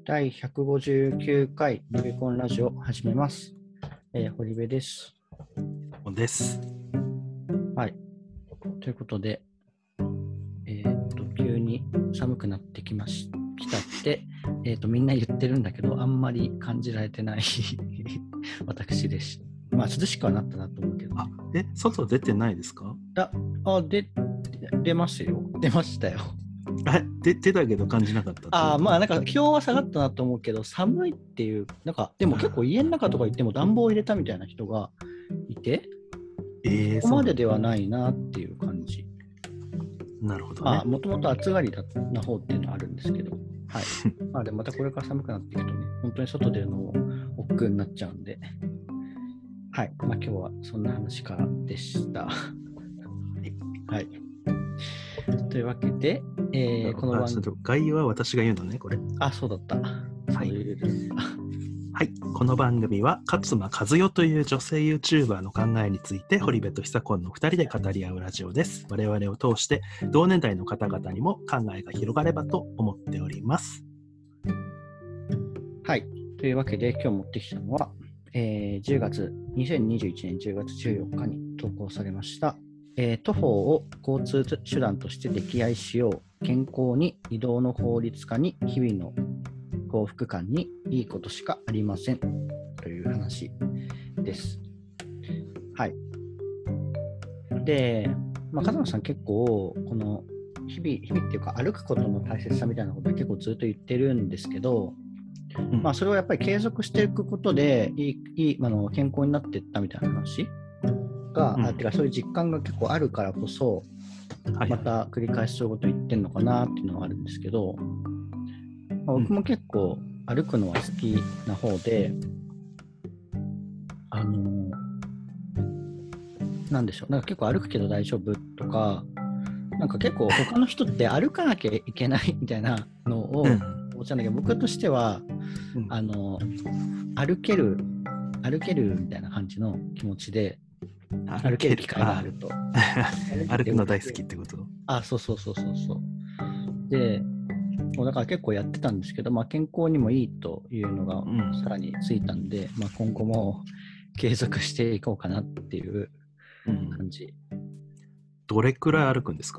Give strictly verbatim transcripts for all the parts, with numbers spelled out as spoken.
だいひゃくごじゅうきゅうかいリベコンラジオを始めます。えー、堀部です。 です。 はい。ということで、えー、っと、急に寒くなってきまし、きたって、えー、っと、みんな言ってるんだけど、あんまり感じられてない私です。まあ、涼しくはなったなと思うけど、ね。 あ、え、外出てないですか？ あ、あ、で、出ますよ。出ましたよ。 あ、で出たけど感じなかったってこと？ ああ、まあなんか気温は下がったなと思うけど、寒いっていう、なんかでも結構家の中とか行っても暖房入れたみたいな人がいて、 えー、 そこまでではないなっていう感じ。 なるほどね。 まあもともと暑がりな方っていうのはあるんですけど、はい。まあでもまたこれから寒くなっていくとね、本当に外出るのも億劫になっちゃうんで、はい。まあ今日はそんな話からでした。はい。というわけで、えー、この番組。 概要は私が言うのね、これ。 あ、そうだった。そういうルールだ。 はい、この番組は勝間和代という女性 YouTuber の考えについて堀部と久子のふたりで語り合うラジオです。我々を通して同年代の方々にも考えが広がればと思っております。 はい、というわけで今日持ってきたのは、えー、じゅうがつにせんにじゅういちねんじゅうがつじゅうよっかに投稿されました、えー、徒歩を交通手段として溺愛しよう、健康に移動の効率化に日々の幸福感にいいことしかありませんという話です。はい。で、まあ、風間さん結構この日々、日々っていうか歩くことの大切さみたいなことは結構ずっと言ってるんですけど、うん、まあそれをやっぱり継続していくことでいい、いいあの健康になっていったみたいな話が、うん、あてかそういう実感が結構あるからこそ、はい、また繰り返しそういうこと言ってるのかなっていうのはあるんですけど、まあ、僕も結構歩くのは好きな方で、あのなんでしょう、なんか結構歩くけど大丈夫とか、なんか結構他の人って歩かなきゃいけないみたいなのを思っちゃうんだけど、僕としては、うん、あの歩ける歩けるみたいな感じの気持ちで歩ける機会があると歩くの大好きってこと？ あ、そうそうそうそうそうで、もうだから結構やってたんですけど、まあ、健康にもいいというのがさらについたんで、うん、まあ、今後も継続していこうかなっていう感じ、 うん、どれくらい歩くんですか？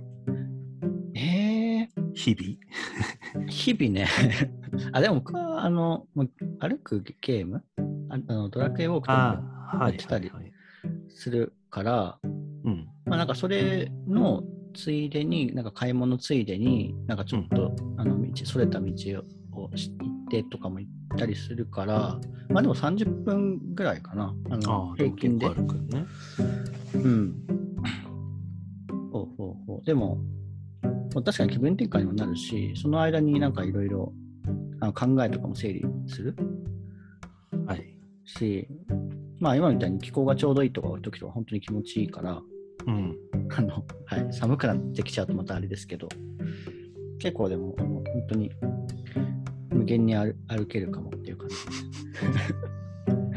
えー、 日 々日々ねあ、でも僕はあの歩くゲームあのドラクエウォークとかやってたりするから、まあ、なんかそれのついでになんか買い物ついでになんかちょっと、うん、あの道それた道を行ってとかも行ったりするから、まあでもさんじゅっぷんぐらいかな、あのあ平均で。 でも結構歩くね。 うん。ほうほうほう。でも確かに気分転換にもなるし、その間になんかいろいろ考えとかも整理する。 はい。 し、まあ今みたいに気候がちょうどいいとかの時とか本当に気持ちいいから、 うん、 あのはい、寒くなってきちゃうとまたあれですけど、結構でもあの本当に無限に 歩, 歩けるかもっていう感じです。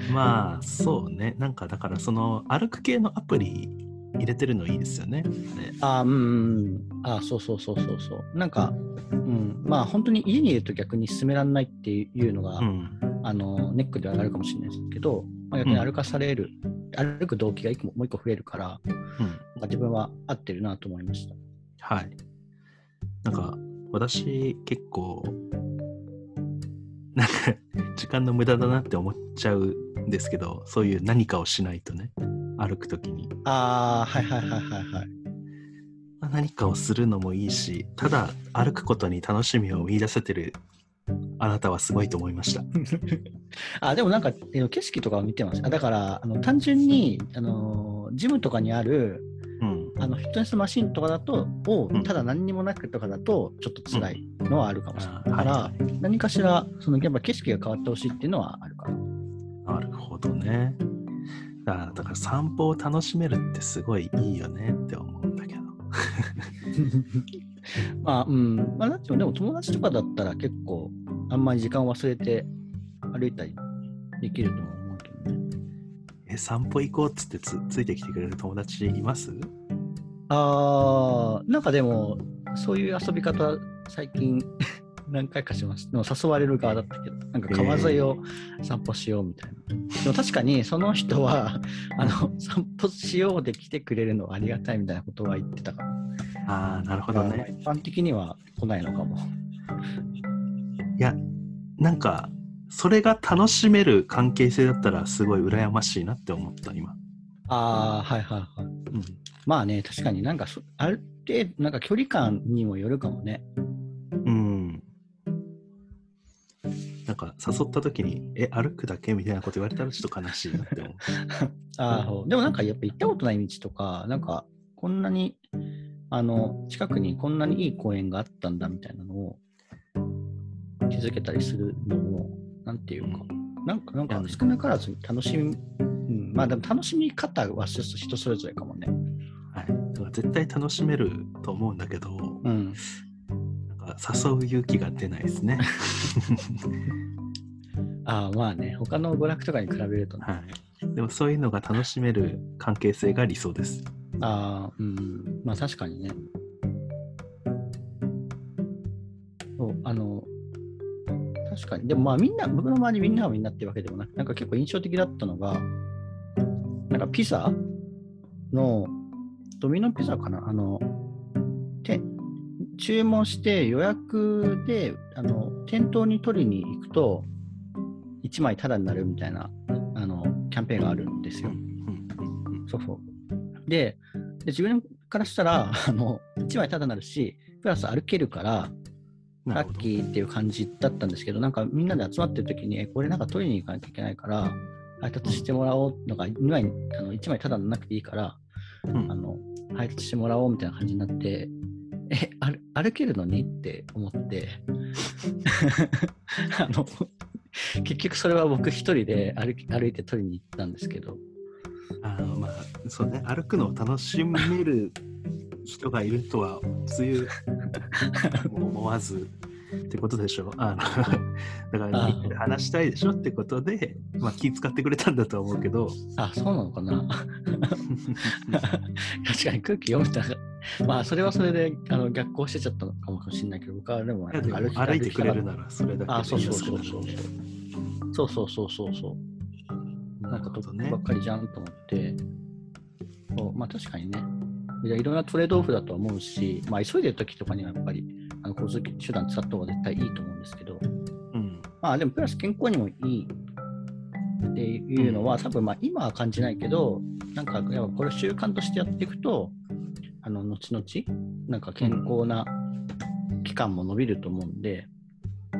まあそうね、なんかだからその歩く系のアプリ入れてるのいいですよね。 ああ、うん、あそうそうそうそうそう。なんか、うん、まあ本当に家にいると逆に進められないっていうのが、うん、あのネックではあるかもしれないですけど、まあ、逆に歩かされる、うん、歩く動機が一個もう一個増えるから、うん、なんか自分は合ってるなと思いました。 はい。なんか私結構なんか時間の無駄だなって思っちゃうんですけど、そういう何かをしないとね、歩くときに。 ああ、はいはいはいはいはい。 何かをするのもいいし、ただ歩くことに楽しみを見出せてるあなたはすごいと思いましたあ、でもなんか景色とかを見てます。あ、だからあの単純にあのジムとかにある、うん、あのフィットネスマシンとかだとを、うん、ただ何にもなくとかだとちょっと辛いのはあるかもしれない、うん、だから、はいはい、何かしらそのやっぱ景色が変わってほしいっていうのはあるかな。 なるほどね。だから、だから散歩を楽しめるってすごいいいよねって思うんだけどまあうんまあだってでも友達とかだったら結構あんまり時間忘れて歩いたりできると思うけどね。 え、散歩行こうっつって つ, ついてきてくれる友達います？ あー、なんかでもそういう遊び方最近何回かしました。でも誘われる側だったけど、なんか川沿いを散歩しようみたいな。えー、でも確かにその人はあの散歩しようで来てくれるのはありがたいみたいなことは言ってたから。 ああ、なるほどね。 まあ、一般的には来ないのかも。 いや、なんかそれが楽しめる関係性だったらすごい羨ましいなって思った今。 ああ、はいはいはい。うん、まあね、確かになんかそある程度なんか距離感にもよるかもね。 うん。なんか誘った時にえ歩くだけみたいなこと言われたらちょっと悲しいなって思う。 ああ、でもなんかやっぱ行ったことない道とか、なんかこんなにあの近くにこんなにいい公園があったんだみたいなのを気づけたりするのも、なんていうか、うん、なんかなんか少なからず楽しみ、うん、まあでも楽しみ方は人それぞれかもね。 はい。だから絶対楽しめると思うんだけど、うん、なんか誘う勇気が出ないですね。 ああ、まあね、他の娯楽とかに比べるとね。 はい。でもそういうのが楽しめる関係性が理想です。 ああ、うん、まあ確かにね。そう、あの、確かに。でもまあみんな、僕の周りみんなはみんなっていうわけでもなく、なんか結構印象的だったのが、なんかピザの、ドミノピザかな、あの、て注文して予約で、あの、店頭に取りに行くと、いちまいタダになるみたいな、あの、キャンペーンがあるんですよ。そうそう。で、で自分からしたら、あの、いちまいタダになるし、プラス歩けるから、ラッキーっていう感じだったんですけど、なんかみんなで集まってる時に、これなんか取りに行かなきゃいけないから、配達してもらおうのが、にまい、あのいちまいただなくていいから、うん、あの配達してもらおうみたいな感じになって、え、歩, 歩けるのにって思って、あの結局それは僕一人で 歩, き歩いて取りに行ったんですけど。 あまあ、そうね、歩くのを楽しめる人がいるとはつゆも思わずってことでしょ。あのだからみんなで話したいでしょってことで、まあ、気遣ってくれたんだと思うけど。 あ、そうなのかな。確かに空気読めたら、まあそれはそれであの逆行してちゃったのかもしれないけど、僕はでも歩き歩いてくれるならそれだけで。 あ、そうそうそうそうそうそうそうそうそうなんか得ばっかりじゃんと思って、そうまあ確かにね、いろんなトレードオフだと思うし、まあ急いでる時とかにはやっぱりあの交通手段使った方が絶対いいと思うんですけど、うん、まあでもプラス健康にもいいっていうのは、うん、多分まあ今は感じないけど、なんかやっぱこれ習慣としてやっていくと、あの後々なんか健康な期間も伸びると思うんで、 うん、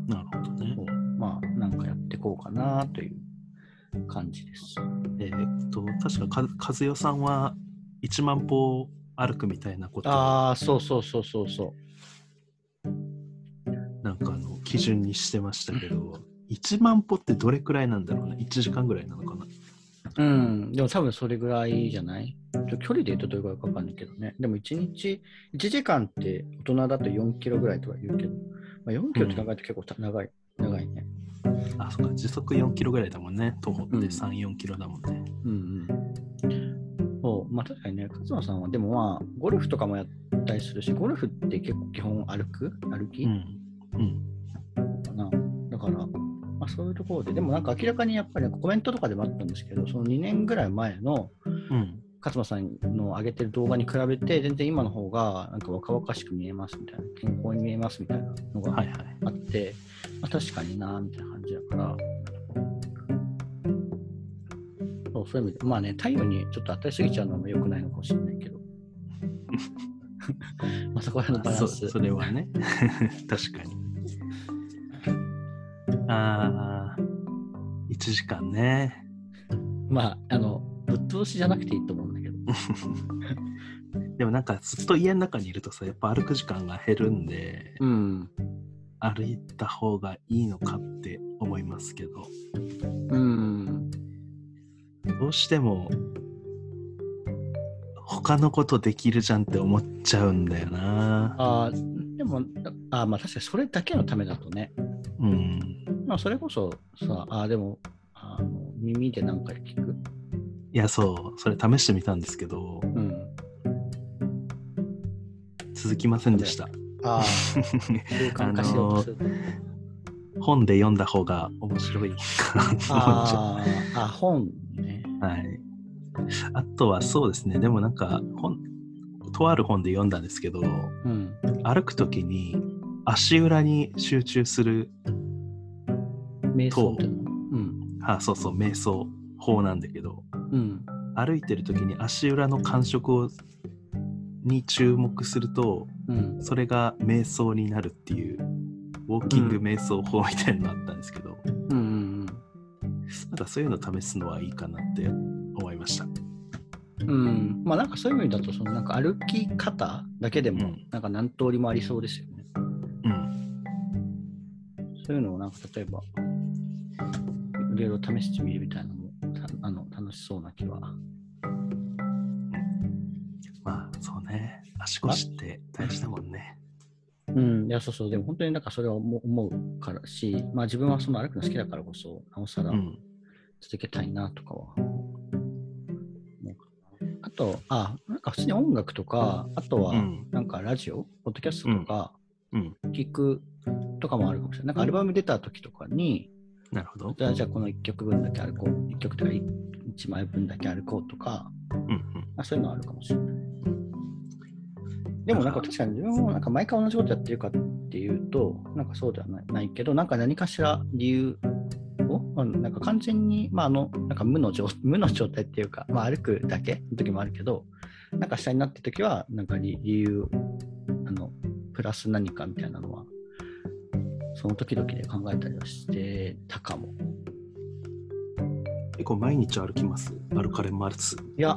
なるほどね。 まあなんかやっていこうかなという感じです。 えー、っと確か和代さんはいちまん歩歩くみたいなことを、 ああそうそうそうそうそうなんかあの基準にしてましたけどいちまん歩ってどれくらいなんだろうね。いちじかんぐらいなのかな。 うんでも多分それぐらいじゃない。距離で言うとどれくらいか分かんないけどね。でもいちにちいちじかんって大人だとよんキロぐらいとは言うけど、まあ、よんキロって考えて結構長い、うん、長いね。 あ、そうか、時速よんキロぐらいだもんね。徒歩ってさん、よんキロだもんね。 うんうんそう、まあ確かにね、勝間さんはでもまあゴルフとかもやったりするし、ゴルフって結構基本歩く歩き、うんうん、かな。だから、まあ、そういうところで、でもなんか明らかにやっぱりコメントとかでもあったんですけど、そのにねんぐらい前の勝間さんの上げてる動画に比べて、全然今の方がなんか若々しく見えますみたいな、健康に見えますみたいなのがあって、はいはい、まあ、確かになみたいな感じだから、そうそういう意味で、まあね、太陽にちょっと当たりすぎちゃうのも良くないのかもしれないけど、まあそこら辺のバランス。 そ, それはね、確かに。ああ、いちじかんね。 まあ、あの、ぶっ通しじゃなくていいと思うんだけど。 でもなんかずっと家の中にいるとさ、やっぱ歩く時間が減るんで、うん、歩いた方がいいのかって思いますけど。うん。どうしても他のことできるじゃんって思っちゃうんだよな。 あでもあまあ確かにそれだけのためだとね。うん。まあそれこそさあでもあの耳で何回聞く。 いやそうそれ試してみたんですけど、うん、続きませんでした。 ああ、習慣化しようとすると。 本で読んだ方が面白いかなと思っちゃう。 あーあ、本ね。 はい。あとはそうですね、でもなんか本、とある本で読んだんですけど、 うん。 歩くときに足裏に集中する瞑想とっていうの。うん。 あ、そうそう、瞑想法なんだけど、 うん。 歩いてるときに足裏の感触をに注目すると、 うん。 それが瞑想になるっていうウォーキング瞑想法みたいなのがあったんですけど、 うんうんなんかそういうの試すのはいいかなって思いました。 うん。うん。まあなんかそういう意味だと、そのなんか歩き方だけでもうんなんか何通りもありそうですよね。 うん。 そういうのをなんか例えばいろいろ試してみるみたいなのもたあの楽しそうな気は。 まあそうね、足腰って大事だもんね。 うん、いやそうそう、でも本当になんかそれは思思うからし、まあ自分はその歩くの好きだからこそ、なおさらうん続けたいなとかは。あと、あ、なんか普通に音楽とか、あとはうんなんかラジオ、ポッドキャストとかうん聞くとかもあるかもしれない。なんかアルバム出た時とかに、 なるほど。 じゃあじゃあこのいっきょくぶんだけ歩こう、いっきょくとかいちまいぶんだけ歩こうとか、 うんうんまあ、そういうのはあるかもしれない。でもなんか確かに自分もなんか毎回同じことやってるかっていうと、なんかそうではない、ないけど、なんか何かしら理由を、まあ、なんか完全に、まあ、あのなんか無の状無の状態っていうか、まあ、歩くだけの時もあるけど、なんか下になった時は、なんか理理由、あのプラス何かみたいなのは、その時々で考えたりはしてたかも。 結構毎日歩きます？歩かれます？ いや、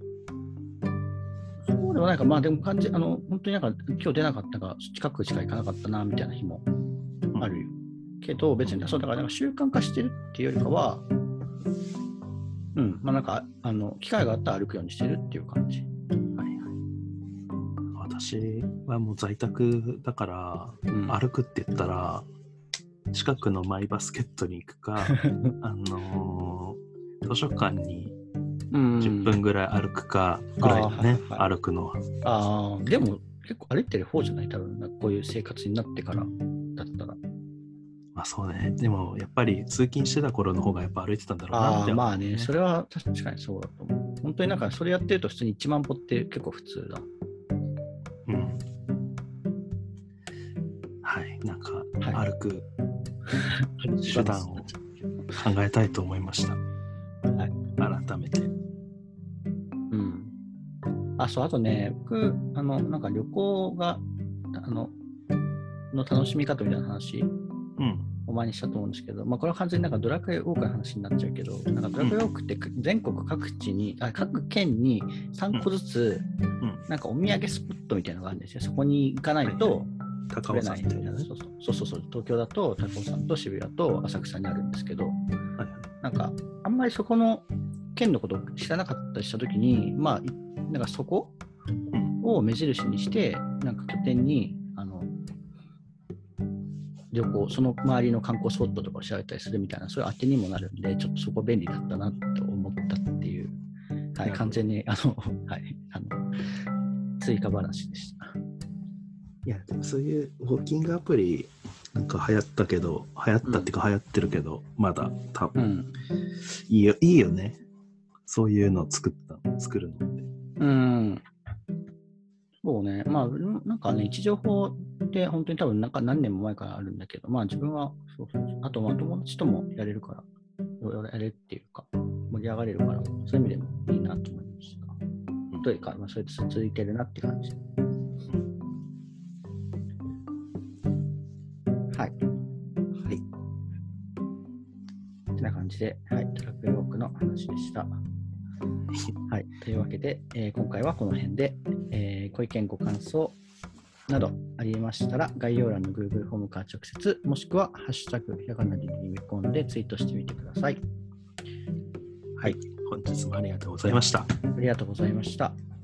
そうでもないか、まあでも感じ、あの、本当になんか今日出なかったが、近くしか行かなかったな、みたいな日もあるよ。けど、別に、そうだからなんか習慣化してるっていうよりかは、うん、まあなんか、あの、機会があったら歩くようにしてるっていう感じ。 はいはい。私はもう在宅だから、うん、歩くって言ったら、近くのマイバスケットに行くか、あのー、図書館にじゅっぷんぐらい歩くかぐらいだね、はいはい、歩くのは。 ああ、でも結構歩いてる方じゃない？多分こういう生活になってからだったら。 まあそうね。でもやっぱり通勤してた頃の方がやっぱ歩いてたんだろうなって、ね。 ああ、まあね、それは確かにそうだと思う。本当になんかそれやってると普通にいちまん歩って結構普通だ。 うん。はい、なんか歩く手段を考えたいと思いました。はい、改めて。 うん。あ、そう、あとね、僕、あの、なんか旅行が、あの、の楽しみ方みたいな話、うん、お前にしたと思うんですけど、まあ、これは完全になんかドラクエウォークの話になっちゃうけど、なんかドラクエウォークって全国各地に、あ、各県にさんこずつ、なんかお土産スポットみたいなのがあるんですよ。そこに行かないと取れないみたいな。そうそうそう、東京だと高尾山と渋谷と浅草にあるんですけど、はい、なんかあんまりそこの県のことを知らなかったりしたときに、まあ、なんかそこを目印にして、なんか拠点に、あの、旅行、その周りの観光スポットとかを調べたりするみたいな、そういう当てにもなるんで、ちょっとそこ便利だったなと思ったっていう、はい、完全に、あの、はい、あの、追加話でした。 いや、でもそういうウォーキングアプリ、なんか流行ったけど、流行ったっていうか流行ってるけど、うん、まだ多分、うん、いいよ、いいよね。そういうのを作った、作るのって。 うん。そうね。まあ、なんかね、位置情報って本当に多分なんか何年も前からあるんだけど、まあ自分は、そうそうそう。あと、まあ友達ともやれるから、やれるっていうか、盛り上がれるから、そういう意味でもいいなと思いました。うん、というか、まあ、それで続いてるなって感じ。はい。はい。こんな感じで、はい、トラックウォークの話でした。はい。というわけで、えー、今回はこの辺で、えー、ご意見ご感想などありましたら、概要欄の Google フォームから直接、もしくはハッシュタグひらがなで読み込んでツイートしてみてください。 はい。本日もありがとうございました。 ありがとうございました。